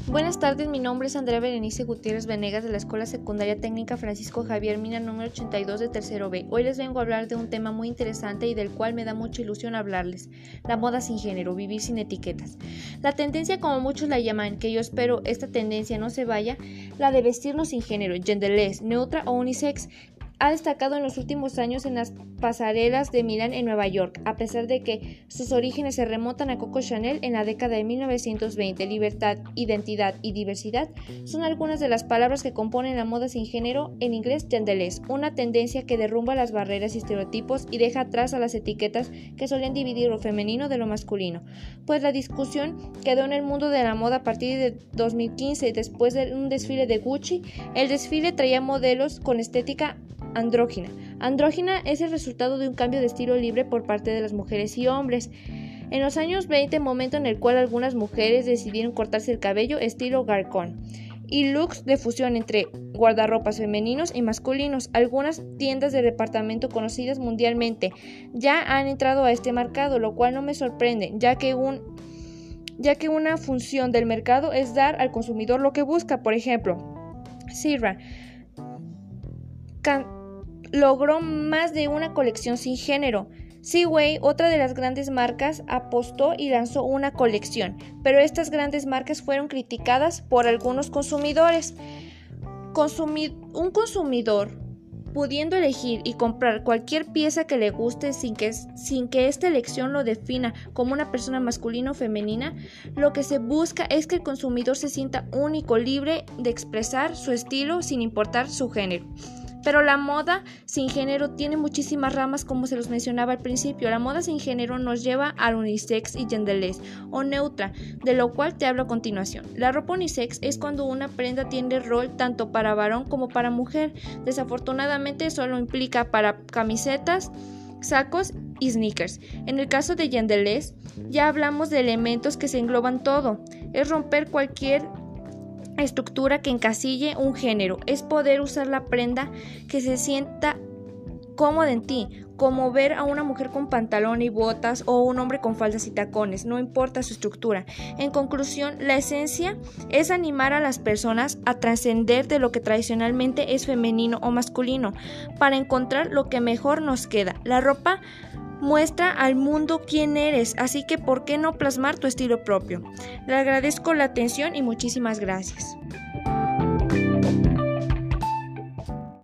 Buenas tardes, mi nombre es Andrea Berenice Gutiérrez Venegas de la Escuela Secundaria Técnica Francisco Javier Mina número 82 de tercero B. Hoy les vengo a hablar de un tema muy interesante y del cual me da mucha ilusión hablarles: la moda sin género, vivir sin etiquetas. La tendencia, como muchos la llaman, que yo espero esta tendencia no se vaya, la de vestirnos sin género, genderless, neutra o unisex, ha destacado en los últimos años en las pasarelas de Milán en Nueva York, a pesar de que sus orígenes se remontan a Coco Chanel en la década de 1920. Libertad, identidad y diversidad son algunas de las palabras que componen la moda sin género, en inglés genderless, una tendencia que derrumba las barreras y estereotipos y deja atrás a las etiquetas que solían dividir lo femenino de lo masculino. Pues la discusión quedó en el mundo de la moda a partir de 2015, después de un desfile de Gucci. El desfile traía modelos con estética andrógina. Andrógina es el resultado de un cambio de estilo libre por parte de las mujeres y hombres. En los años 20, momento en el cual algunas mujeres decidieron cortarse el cabello estilo garcón, y looks de fusión entre guardarropas femeninos y masculinos. Algunas tiendas de departamento conocidas mundialmente ya han entrado a este mercado, lo cual no me sorprende, ya que una función del mercado es dar al consumidor lo que busca. Por ejemplo, Zara logró más de una colección sin género. Seaway, otra de las grandes marcas, apostó y lanzó una colección, pero estas grandes marcas fueron criticadas por algunos consumidores. Un consumidor, pudiendo elegir y comprar cualquier pieza que le guste sin que esta elección lo defina como una persona masculina o femenina, lo que se busca es que el consumidor se sienta único, libre de expresar su estilo sin importar su género. Pero la moda sin género tiene muchísimas ramas, como se los mencionaba al principio. La moda sin género nos lleva al unisex y genderless o neutra, de lo cual te hablo a continuación. La ropa unisex es cuando una prenda tiene rol tanto para varón como para mujer. Desafortunadamente solo implica para camisetas, sacos y sneakers. En el caso de genderless ya hablamos de elementos que se engloban todo. Es romper cualquier estructura que encasille un género, es poder usar la prenda que se sienta cómoda en ti, como ver a una mujer con pantalón y botas o un hombre con faldas y tacones, no importa su estructura. En conclusión, la esencia es animar a las personas a trascender de lo que tradicionalmente es femenino o masculino, para encontrar lo que mejor nos queda. La ropa muestra al mundo quién eres, así que ¿por qué no plasmar tu estilo propio? Le agradezco la atención y muchísimas gracias.